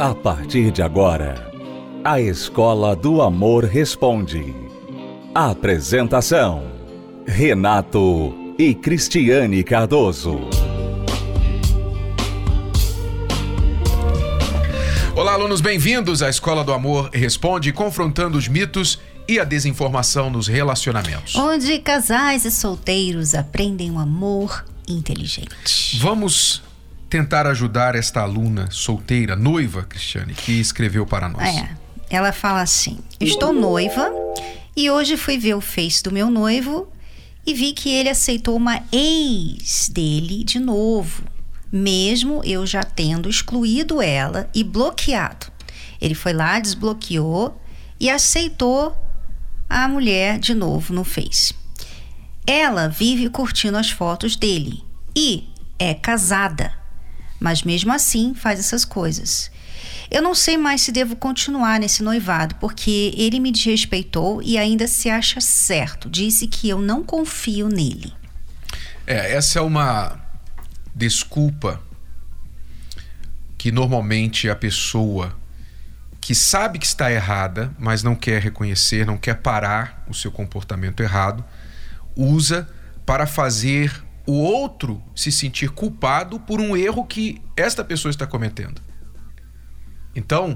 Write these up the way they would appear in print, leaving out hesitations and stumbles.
A partir de agora, a Escola do Amor Responde. Apresentação: Renato e Cristiane Cardoso. Olá, alunos, bem-vindos à Escola do Amor Responde, confrontando os mitos e a desinformação nos relacionamentos. Onde casais e solteiros aprendem um amor inteligente. Vamos tentar ajudar esta aluna solteira, noiva, Cristiane, que escreveu para nós. Ela fala assim: estou noiva e hoje fui ver o Face do meu noivo e vi que ele aceitou uma ex dele de novo, mesmo eu já tendo excluído ela e bloqueado. Ele foi lá, desbloqueou e aceitou a mulher de novo no Face. Ela vive curtindo as fotos dele e é casada, mas mesmo assim faz essas coisas. Eu não sei mais se devo continuar nesse noivado, porque ele me desrespeitou e ainda se acha certo. Disse que eu não confio nele. Essa é uma desculpa que normalmente a pessoa que sabe que está errada, mas não quer reconhecer, não quer parar o seu comportamento errado, usa para fazer o outro se sentir culpado por um erro que esta pessoa está cometendo. Então,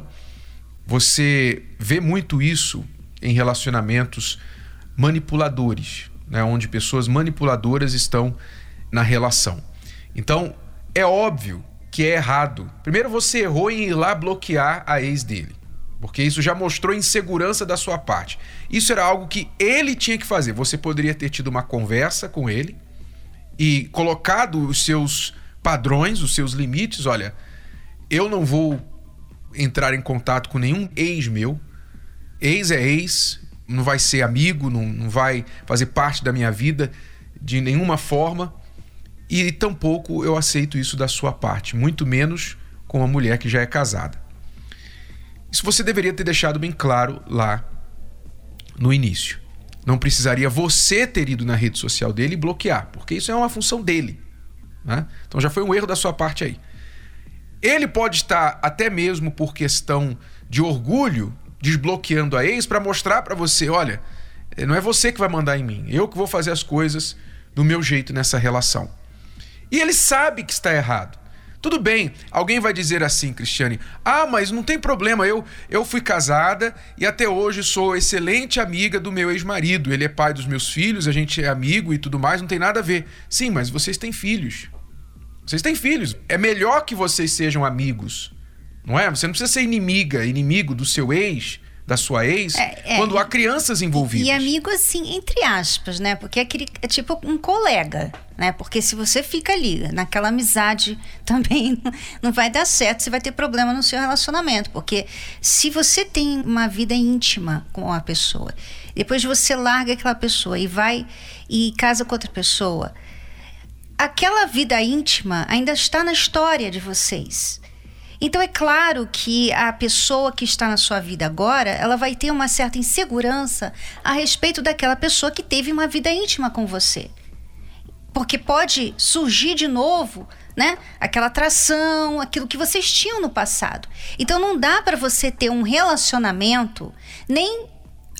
você vê muito isso em relacionamentos manipuladores, né, onde pessoas manipuladoras estão na relação. Então, é óbvio que é errado. Primeiro, você errou em ir lá bloquear a ex dele, porque isso já mostrou insegurança da sua parte. Isso era algo que ele tinha que fazer. Você poderia ter tido uma conversa com ele e colocado os seus padrões, os seus limites. Olha, eu não vou entrar em contato com nenhum ex meu. Ex é ex, não vai ser amigo, não vai fazer parte da minha vida de nenhuma forma. E tampouco eu aceito isso da sua parte, muito menos com uma mulher que já é casada. Isso você deveria ter deixado bem claro lá no início. Não precisaria você ter ido na rede social dele e bloquear, porque isso é uma função dele, né? Então já foi um erro da sua parte aí. Ele pode estar, até mesmo por questão de orgulho, desbloqueando a ex para mostrar para você: olha, não é você que vai mandar em mim, eu que vou fazer as coisas do meu jeito nessa relação. E ele sabe que está errado. Tudo bem, alguém vai dizer assim, Cristiane: mas não tem problema, eu fui casada e até hoje sou excelente amiga do meu ex-marido. Ele é pai dos meus filhos, a gente é amigo e tudo mais, não tem nada a ver. Sim, mas vocês têm filhos. Vocês têm filhos. É melhor que vocês sejam amigos, não é? Você não precisa ser inimigo do seu ex, da sua ex, quando há crianças envolvidas. E amigo assim, entre aspas, né? Porque é tipo um colega, né? Porque se você fica ali, naquela amizade, também não vai dar certo, você vai ter problema no seu relacionamento. Porque se você tem uma vida íntima com a pessoa, depois você larga aquela pessoa e vai e casa com outra pessoa, aquela vida íntima ainda está na história de vocês. Então é claro que a pessoa que está na sua vida agora, ela vai ter uma certa insegurança a respeito daquela pessoa que teve uma vida íntima com você. Porque pode surgir de novo, né, aquela atração, aquilo que vocês tinham no passado. Então não dá para você ter um relacionamento, nem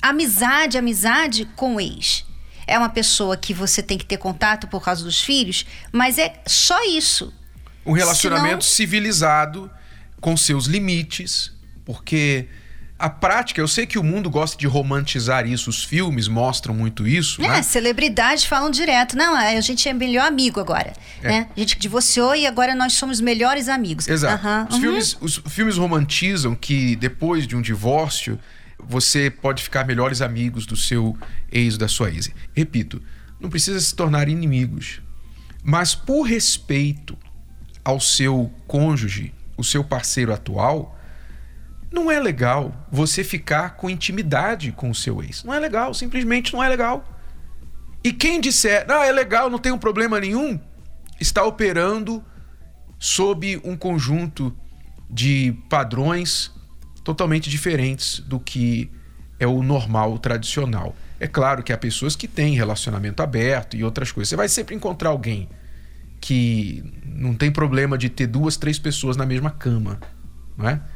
amizade com o ex. É uma pessoa que você tem que ter contato por causa dos filhos, mas é só isso. Um relacionamento civilizado, com seus limites, porque a prática, eu sei que o mundo gosta de romantizar isso, os filmes mostram muito isso, né? Celebridades falam direto: não, a gente é melhor amigo agora, né? A gente divorciou e agora nós somos melhores amigos. Exato. Os filmes romantizam que depois de um divórcio, você pode ficar melhores amigos do seu ex ou da sua ex. Repito, não precisa se tornar inimigos, mas por respeito ao seu cônjuge, o seu parceiro atual, não é legal você ficar com intimidade com o seu ex. Não é legal, simplesmente não é legal. E quem disser: é legal, não tem um problema nenhum, está operando sob um conjunto de padrões totalmente diferentes do que é o normal, o tradicional. É claro que há pessoas que têm relacionamento aberto e outras coisas. Você vai sempre encontrar alguém que não tem problema de ter 2, 3 pessoas na mesma cama, não é?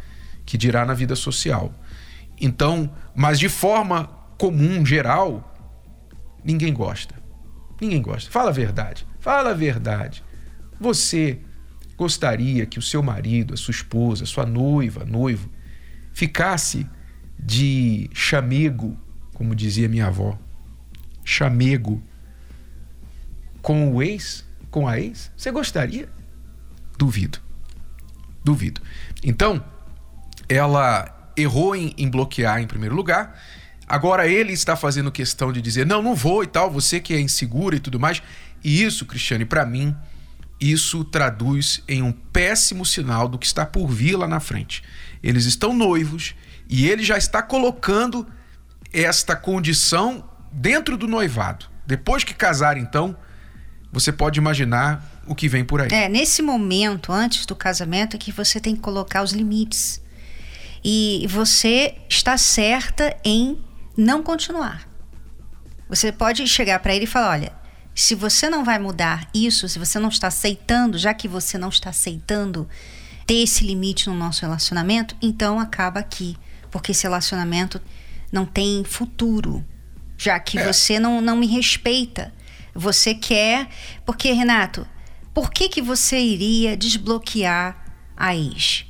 que dirá na vida social. Então, mas de forma comum, geral, ninguém gosta. Ninguém gosta. Fala a verdade. Fala a verdade. Você gostaria que o seu marido, a sua esposa, a sua noiva, noivo, ficasse de chamego, como dizia minha avó, chamego com o ex, com a ex? Você gostaria? Duvido. Duvido. Então, ela errou em bloquear em primeiro lugar. Agora ele está fazendo questão de dizer, não vou e tal, você que é insegura e tudo mais. E isso, Cristiane, para mim, isso traduz em um péssimo sinal do que está por vir lá na frente. Eles estão noivos e ele já está colocando esta condição dentro do noivado. Depois que casar, então, você pode imaginar o que vem por aí. Nesse momento, antes do casamento, é que você tem que colocar os limites. E você está certa em não continuar. Você pode chegar para ele e falar, olha, se você não vai mudar isso, se você não está aceitando, já que você não está aceitando ter esse limite no nosso relacionamento, então acaba aqui, porque esse relacionamento não tem futuro, já que você não me respeita. Você quer... Porque, Renato, por que você iria desbloquear a ex?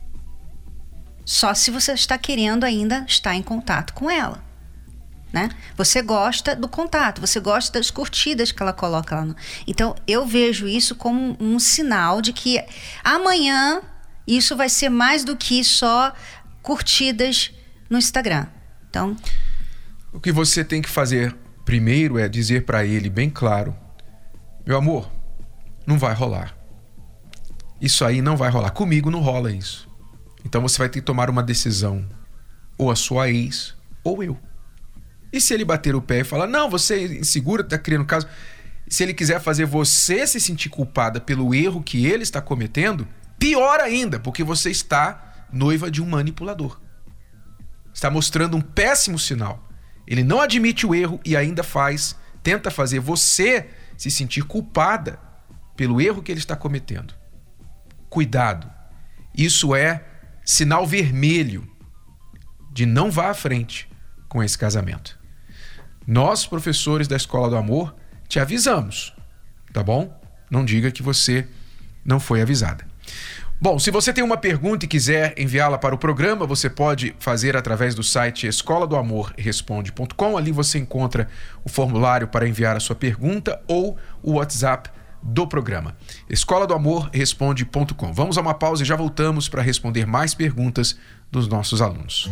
Só se você está querendo ainda estar em contato com ela, né? Você gosta do contato, você gosta das curtidas que ela coloca lá. Então, eu vejo isso como um sinal de que amanhã isso vai ser mais do que só curtidas no Instagram. Então, o que você tem que fazer primeiro é dizer para ele bem claro, meu amor, não vai rolar. Isso aí não vai rolar. Comigo não rola isso. Então você vai ter que tomar uma decisão. Ou a sua ex, ou eu. E se ele bater o pé e falar, não, você é insegura, tá criando caso. Se ele quiser fazer você se sentir culpada pelo erro que ele está cometendo, pior ainda, porque você está noiva de um manipulador. Está mostrando um péssimo sinal. Ele não admite o erro e ainda tenta fazer você se sentir culpada pelo erro que ele está cometendo. Cuidado. Isso é sinal vermelho de não vá à frente com esse casamento. Nós, professores da Escola do Amor, te avisamos, tá bom? Não diga que você não foi avisada. Bom, se você tem uma pergunta e quiser enviá-la para o programa, você pode fazer através do site escoladoamorresponde.com. Ali você encontra o formulário para enviar a sua pergunta ou o WhatsApp do programa. escoladoamorresponde.com. Vamos a uma pausa e já voltamos para responder mais perguntas dos nossos alunos.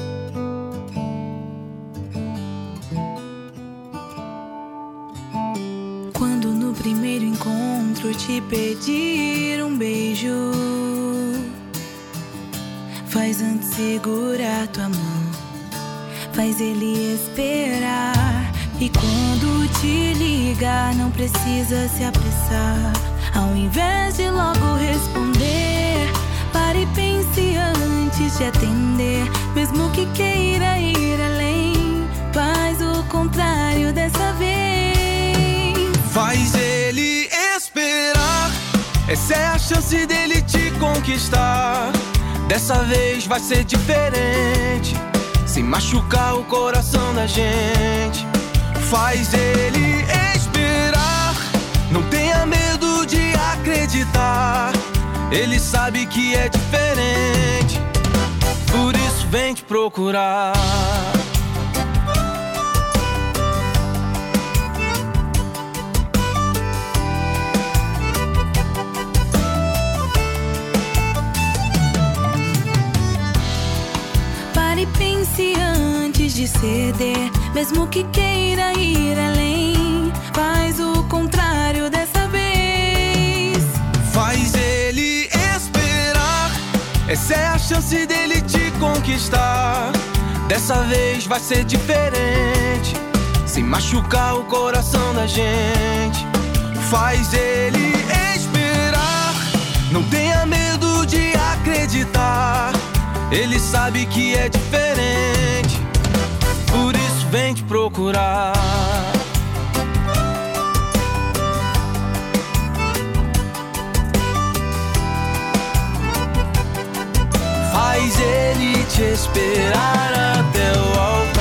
Quando no primeiro encontro te pedir um beijo, faz antes segurar tua mão, faz ele esperar. E quando te ligar, não precisa se apressar. Ao invés de logo responder, pare e pense antes de atender. Mesmo que queira ir além, faz o contrário dessa vez. Faz ele esperar, essa é a chance dele te conquistar. Dessa vez vai ser diferente, sem machucar o coração da gente. Faz ele esperar, não tenha medo de acreditar. Ele sabe que é diferente, por isso vem te procurar. Pare e pense antes de ceder, mesmo que queira ir além, faz o contrário dessa vez. Faz ele esperar, essa é a chance dele te conquistar. Dessa vez vai ser diferente, sem machucar o coração da gente. Faz ele esperar, não tenha medo de acreditar. Ele sabe que é diferente, por isso vem te procurar. Faz ele esperar até o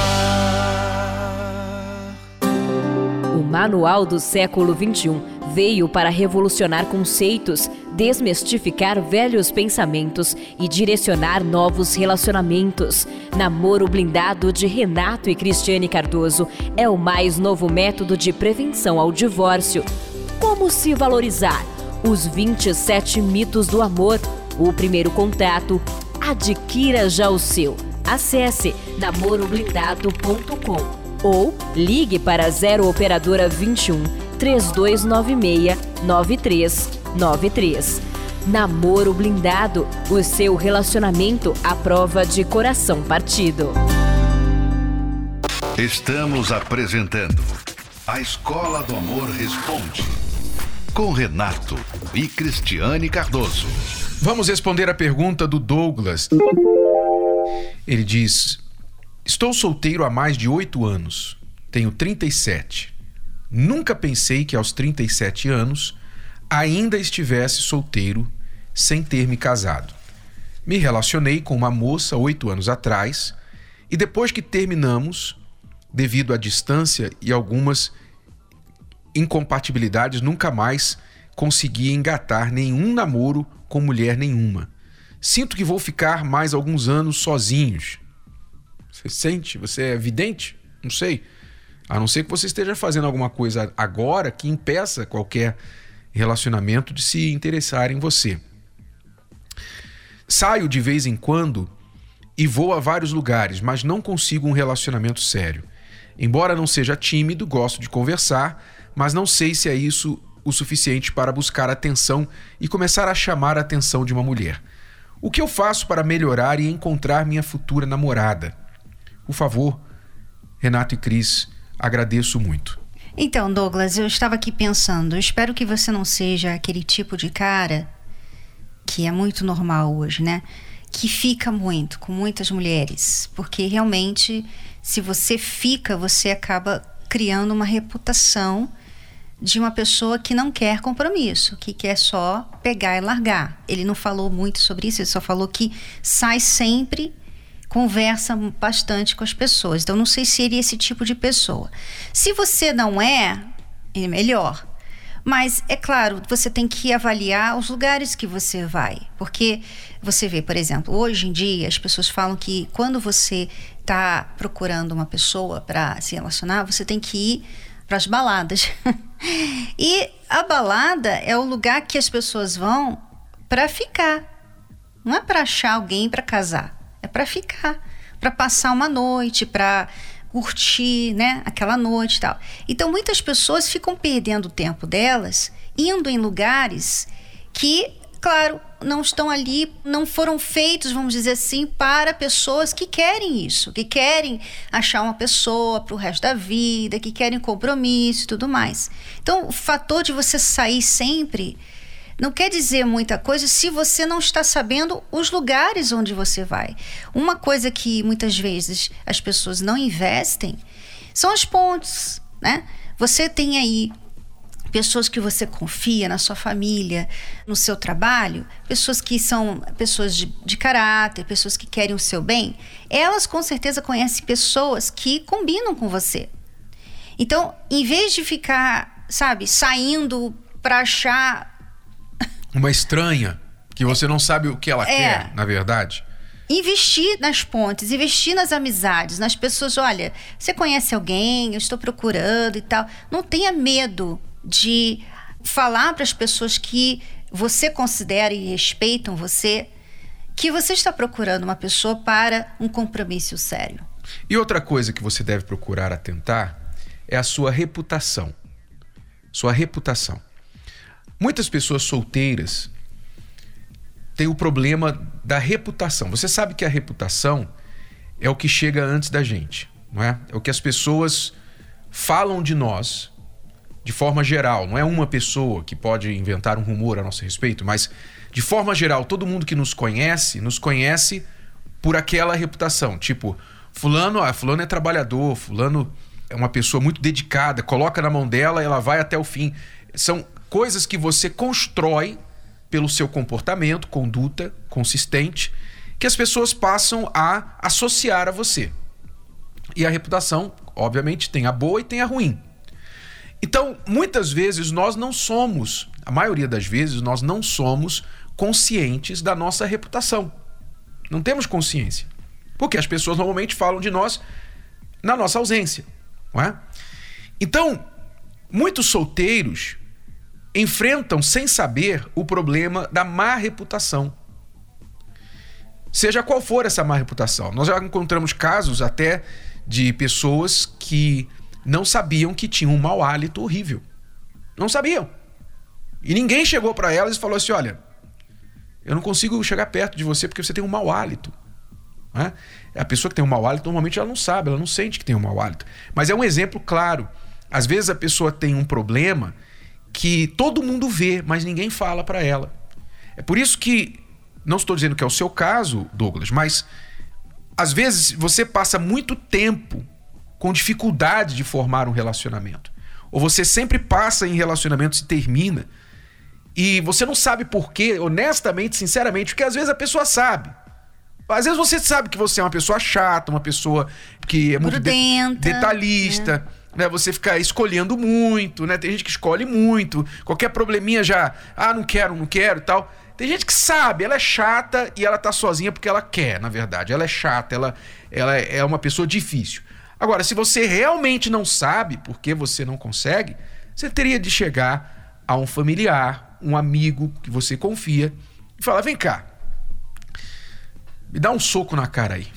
altar. O Manual do Século XXI veio para revolucionar conceitos, desmistificar velhos pensamentos e direcionar novos relacionamentos. Namoro Blindado de Renato e Cristiane Cardoso é o mais novo método de prevenção ao divórcio. Como se valorizar? Os 27 mitos do amor. O primeiro contato. Adquira já o seu. Acesse namoroblindado.com ou ligue para 0 Operadora 21 3296 9393. Namoro Blindado, o seu relacionamento à prova de coração partido. Estamos apresentando A Escola do Amor Responde, com Renato e Cristiane Cardoso. Vamos responder a pergunta do Douglas. Ele diz: estou solteiro há mais de 8 anos, tenho 37. Nunca pensei que aos 37 anos ainda estivesse solteiro sem ter me casado. Me relacionei com uma moça 8 anos atrás e depois que terminamos, devido à distância e algumas incompatibilidades, nunca mais consegui engatar nenhum namoro com mulher nenhuma. Sinto que vou ficar mais alguns anos sozinhos. Você sente? Você é vidente? Não sei. A não ser que você esteja fazendo alguma coisa agora que impeça qualquer relacionamento de se interessar em você. Saio de vez em quando e vou a vários lugares, mas não consigo um relacionamento sério. Embora não seja tímido, gosto de conversar, mas não sei se é isso o suficiente para buscar atenção e começar a chamar a atenção de uma mulher. O que eu faço para melhorar e encontrar minha futura namorada? Por favor, Renato e Cris, agradeço muito. Então, Douglas, eu estava aqui pensando, eu espero que você não seja aquele tipo de cara que é muito normal hoje, né? Que fica muito com muitas mulheres, porque realmente, se você fica, você acaba criando uma reputação de uma pessoa que não quer compromisso, que quer só pegar e largar. Ele não falou muito sobre isso, ele só falou que sai sempre, conversa bastante com as pessoas. Então, não sei se seria esse tipo de pessoa. Se você não é melhor. Mas, é claro, você tem que avaliar os lugares que você vai. Porque você vê, por exemplo, hoje em dia as pessoas falam que quando você está procurando uma pessoa para se relacionar, você tem que ir para as baladas. E a balada é o lugar que as pessoas vão para ficar. Não é para achar alguém para casar. É para ficar, para passar uma noite, para curtir, né, aquela noite e tal. Então, muitas pessoas ficam perdendo o tempo delas indo em lugares que, claro, não estão ali, não foram feitos, vamos dizer assim, para pessoas que querem isso, que querem achar uma pessoa para o resto da vida, que querem compromisso e tudo mais. Então, o fator de você sair sempre não quer dizer muita coisa se você não está sabendo os lugares onde você vai. Uma coisa que muitas vezes as pessoas não investem são as pontes, né? Você tem aí pessoas que você confia na sua família, no seu trabalho, pessoas que são pessoas de caráter, pessoas que querem o seu bem. Elas com certeza conhecem pessoas que combinam com você. Então, em vez de ficar, sabe, saindo para achar uma estranha, que você não sabe o que ela quer, na verdade. Investir nas pontes, investir nas amizades, nas pessoas. Olha, você conhece alguém, eu estou procurando e tal. Não tenha medo de falar para as pessoas que você considera e respeitam você, que você está procurando uma pessoa para um compromisso sério. E outra coisa que você deve procurar atentar é a sua reputação. Sua reputação. Muitas pessoas solteiras têm o problema da reputação. Você sabe que a reputação é o que chega antes da gente, não é? É o que as pessoas falam de nós de forma geral. Não é uma pessoa que pode inventar um rumor a nosso respeito, mas de forma geral, todo mundo que nos conhece por aquela reputação. Tipo, fulano é trabalhador, fulano é uma pessoa muito dedicada, coloca na mão dela e ela vai até o fim. São coisas que você constrói pelo seu comportamento, conduta consistente, que as pessoas passam a associar a você. E a reputação, obviamente, tem a boa e tem a ruim. Então, muitas vezes nós não somos, a maioria das vezes, nós não somos conscientes da nossa reputação. Não temos consciência. Porque as pessoas normalmente falam de nós na nossa ausência, não é? Então, muitos solteiros enfrentam sem saber o problema da má reputação. Seja qual for essa má reputação. Nós já encontramos casos até de pessoas que não sabiam que tinham um mau hálito horrível. Não sabiam. E ninguém chegou para elas e falou assim, olha, eu não consigo chegar perto de você porque você tem um mau hálito. Né? A pessoa que tem um mau hálito, normalmente ela não sabe, ela não sente que tem um mau hálito. Mas é um exemplo claro. Às vezes a pessoa tem um problema que todo mundo vê, mas ninguém fala para ela. É por isso que, não estou dizendo que é o seu caso, Douglas, mas às vezes você passa muito tempo com dificuldade de formar um relacionamento. Ou você sempre passa em relacionamentos e termina. E você não sabe por quê, honestamente, sinceramente, porque às vezes a pessoa sabe. Às vezes você sabe que você é uma pessoa chata, uma pessoa que é muito detalhista, né? Você fica escolhendo muito, né? Tem gente que escolhe muito, qualquer probleminha já, não quero e tal. Tem gente que sabe, ela é chata e ela tá sozinha porque ela quer, na verdade. Ela é chata, ela é uma pessoa difícil. Agora, se você realmente não sabe por que você não consegue, você teria de chegar a um familiar, um amigo que você confia e falar, vem cá, me dá um soco na cara aí.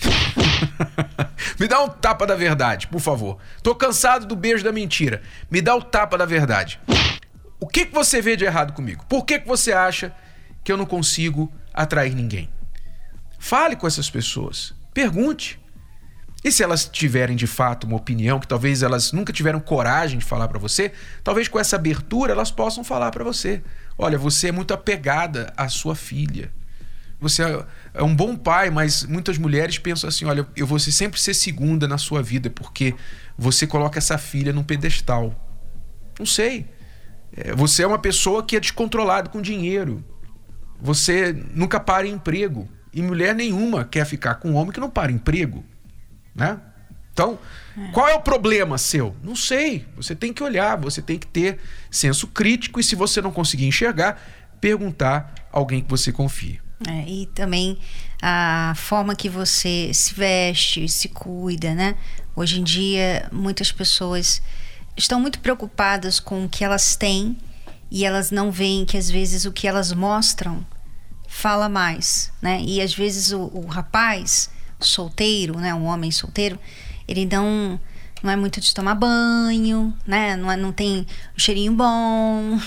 Me dá um tapa da verdade, por favor. Tô cansado do beijo da mentira. Me dá o tapa da verdade. O que você vê de errado comigo? Por que você acha que eu não consigo atrair ninguém? Fale com essas pessoas. Pergunte. E se elas tiverem de fato uma opinião que talvez elas nunca tiveram coragem de falar para você, talvez com essa abertura elas possam falar para você. Olha, você é muito apegada à sua filha. Você é um bom pai, mas muitas mulheres pensam assim, olha, eu vou sempre ser segunda na sua vida porque você coloca essa filha num pedestal. Não sei. Você é uma pessoa que é descontrolada com dinheiro. Você nunca para em emprego. E mulher nenhuma quer ficar com um homem que não para em emprego. Né? Então, qual é o problema seu? Não sei. Você tem que olhar, você tem que ter senso crítico e se você não conseguir enxergar, perguntar a alguém que você confie. E também a forma que você se veste, se cuida, né? Hoje em dia, muitas pessoas estão muito preocupadas com o que elas têm e elas não veem que às vezes o que elas mostram fala mais, né? E às vezes o rapaz solteiro, né, um homem solteiro, ele não é muito de tomar banho, né, não tem um cheirinho bom,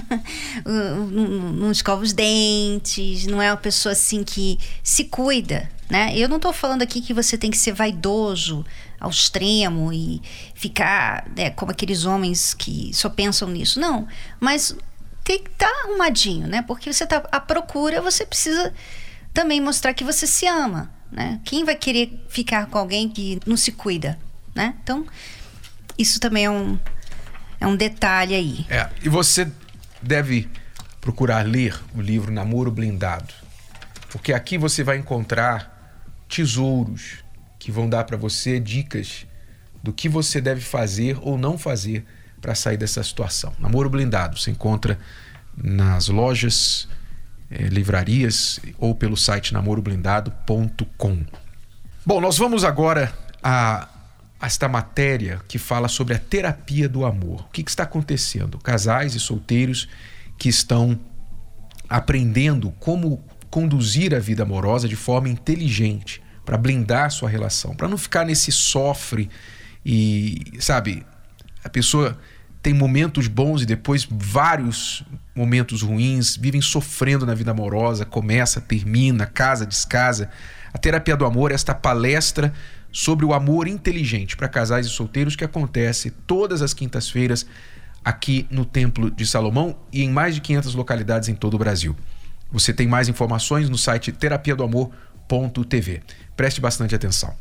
não escova os dentes, não é uma pessoa assim que se cuida, né? Eu não tô falando aqui que você tem que ser vaidoso ao extremo e ficar, né, como aqueles homens que só pensam nisso, não, mas tem que estar arrumadinho, né, porque você tá à procura, você precisa também mostrar que você se ama, né? Quem vai querer ficar com alguém que não se cuida, né? Então, isso também é um detalhe aí. E você deve procurar ler o livro Namoro Blindado, porque aqui você vai encontrar tesouros que vão dar para você dicas do que você deve fazer ou não fazer para sair dessa situação. Namoro Blindado você encontra nas lojas, livrarias ou pelo site namoroblindado.com. Bom, nós vamos agora a esta matéria que fala sobre a terapia do amor. O que está acontecendo? Casais e solteiros que estão aprendendo como conduzir a vida amorosa de forma inteligente para blindar sua relação, para não ficar nesse sofre e, sabe, a pessoa tem momentos bons e depois vários momentos ruins, vivem sofrendo na vida amorosa, começa, termina, casa, descasa. A terapia do amor é esta palestra sobre o amor inteligente para casais e solteiros que acontece todas as quintas-feiras aqui no Templo de Salomão e em mais de 500 localidades em todo o Brasil. Você tem mais informações no site terapiadoamor.tv. Preste bastante atenção.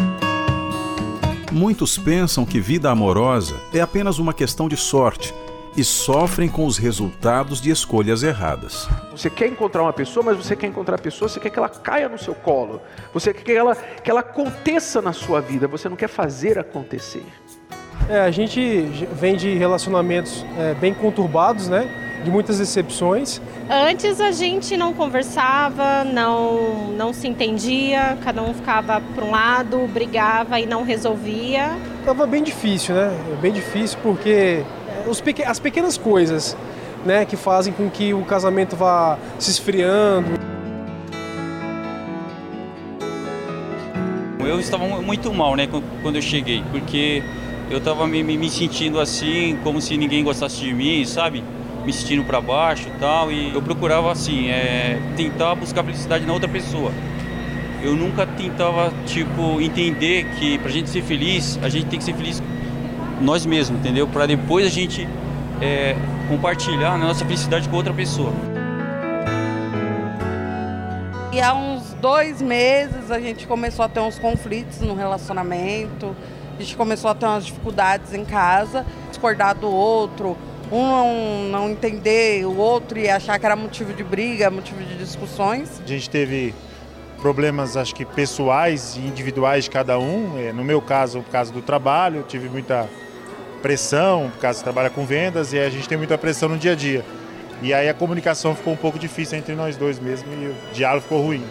Muitos pensam que vida amorosa é apenas uma questão de sorte e sofrem com os resultados de escolhas erradas. Você quer encontrar uma pessoa, mas você quer encontrar a pessoa, você quer que ela caia no seu colo. Você quer que ela aconteça na sua vida, você não quer fazer acontecer. A gente vem de relacionamentos bem conturbados, né? De muitas decepções. Antes a gente não conversava, não se entendia, cada um ficava para um lado, brigava e não resolvia. Tava bem difícil, né? Bem difícil porque as pequenas coisas, né, que fazem com que o casamento vá se esfriando. Eu estava muito mal, né, quando eu cheguei, porque eu estava me sentindo assim, como se ninguém gostasse de mim, sabe? Me sentindo para baixo e tal, e eu procurava assim, tentar buscar felicidade na outra pessoa. Eu nunca tentava, entender que pra gente ser feliz, a gente tem que ser feliz nós mesmos, entendeu? Para depois a gente compartilhar a nossa felicidade com outra pessoa. E há uns 2 meses a gente começou a ter uns conflitos no relacionamento, a gente começou a ter umas dificuldades em casa, discordar do outro, não entender o outro e achar que era motivo de briga, motivo de discussões. A gente teve problemas, acho que pessoais e individuais de cada um. No meu caso, por causa do trabalho, eu tive muita pressão, por causa que trabalha com vendas, e a gente tem muita pressão no dia a dia. E aí a comunicação ficou um pouco difícil entre nós dois mesmo e o diálogo ficou ruim.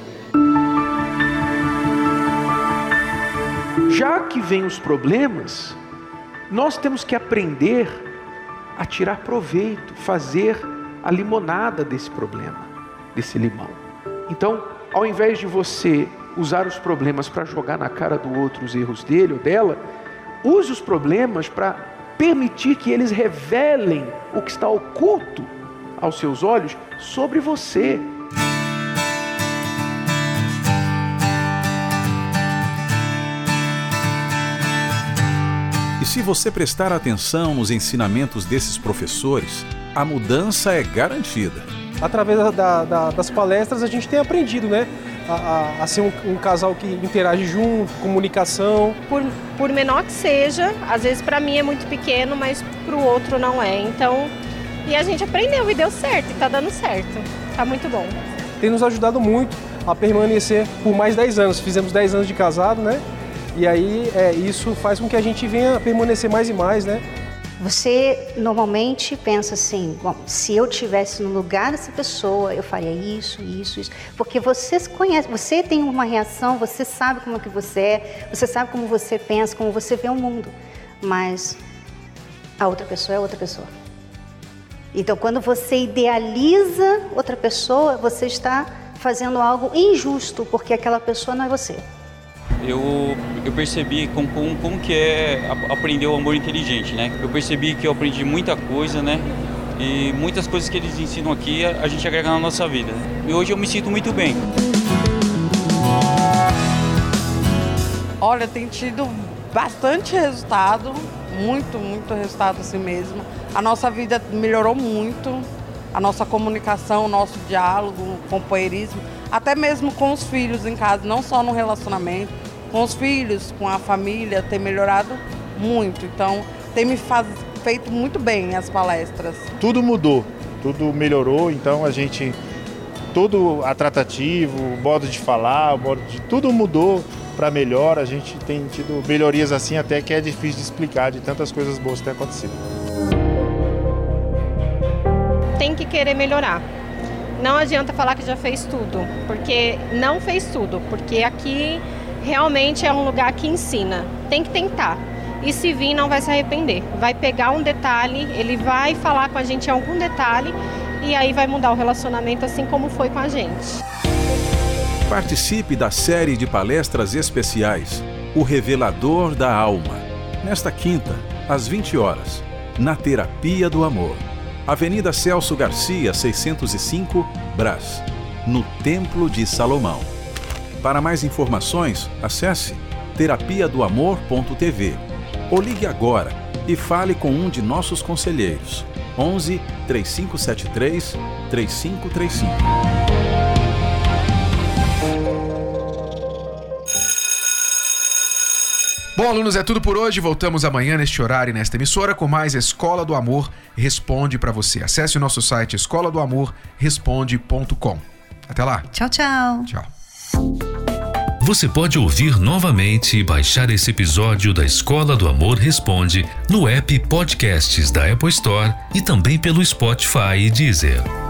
Já que vem os problemas, nós temos que aprender a tirar proveito, fazer a limonada desse problema, desse limão. Então, ao invés de você usar os problemas para jogar na cara do outro os erros dele ou dela, use os problemas para permitir que eles revelem o que está oculto aos seus olhos sobre você. E se você prestar atenção nos ensinamentos desses professores, a mudança é garantida. Através das palestras a gente tem aprendido, né? A ser um casal que interage junto, comunicação. Por menor que seja, às vezes para mim é muito pequeno, mas para o outro não é. Então, e a gente aprendeu e deu certo, e tá dando certo. Tá muito bom. Tem nos ajudado muito a permanecer por mais 10 anos. Fizemos 10 anos de casado, né? E aí isso faz com que a gente venha permanecer mais e mais, né? Você normalmente pensa assim, bom, se eu estivesse no lugar dessa pessoa, eu faria isso. Porque você se conhece, você tem uma reação, você sabe como é que você sabe como você pensa, como você vê o mundo. Mas a outra pessoa é outra pessoa. Então, quando você idealiza outra pessoa, você está fazendo algo injusto, porque aquela pessoa não é você. Eu percebi como que é aprender o amor inteligente, né? Eu percebi que eu aprendi muita coisa, né? E muitas coisas que eles ensinam aqui a gente agrega na nossa vida. E hoje eu me sinto muito bem. Olha, tem tido bastante resultado, muito resultado assim mesmo. A nossa vida melhorou muito, a nossa comunicação, o nosso diálogo, o companheirismo, até mesmo com os filhos em casa, não só no relacionamento, com os filhos, com a família, tem melhorado muito. Então, tem me feito muito bem as palestras. Tudo mudou, tudo melhorou, então todo a tratativo, o modo de falar, tudo mudou para melhor. A gente tem tido melhorias assim até que é difícil de explicar, de tantas coisas boas que têm acontecido. Tem que querer melhorar. Não adianta falar que já fez tudo, porque não fez tudo, porque aqui realmente é um lugar que ensina. Tem que tentar. E se vir, não vai se arrepender. Vai pegar um detalhe, ele vai falar com a gente em algum detalhe e aí vai mudar o relacionamento assim como foi com a gente. Participe da série de palestras especiais O Revelador da Alma. Nesta quinta, às 20 horas, na Terapia do Amor. Avenida Celso Garcia, 605, Brás, no Templo de Salomão. Para mais informações, acesse terapiadoamor.tv ou ligue agora e fale com um de nossos conselheiros. 11 3573 3535. Bom, alunos, é tudo por hoje. Voltamos amanhã neste horário e nesta emissora com mais Escola do Amor Responde para você. Acesse o nosso site escoladoamorresponde.com. Até lá. Tchau, tchau. Tchau. Você pode ouvir novamente e baixar esse episódio da Escola do Amor Responde no app Podcasts da Apple Store e também pelo Spotify e Deezer.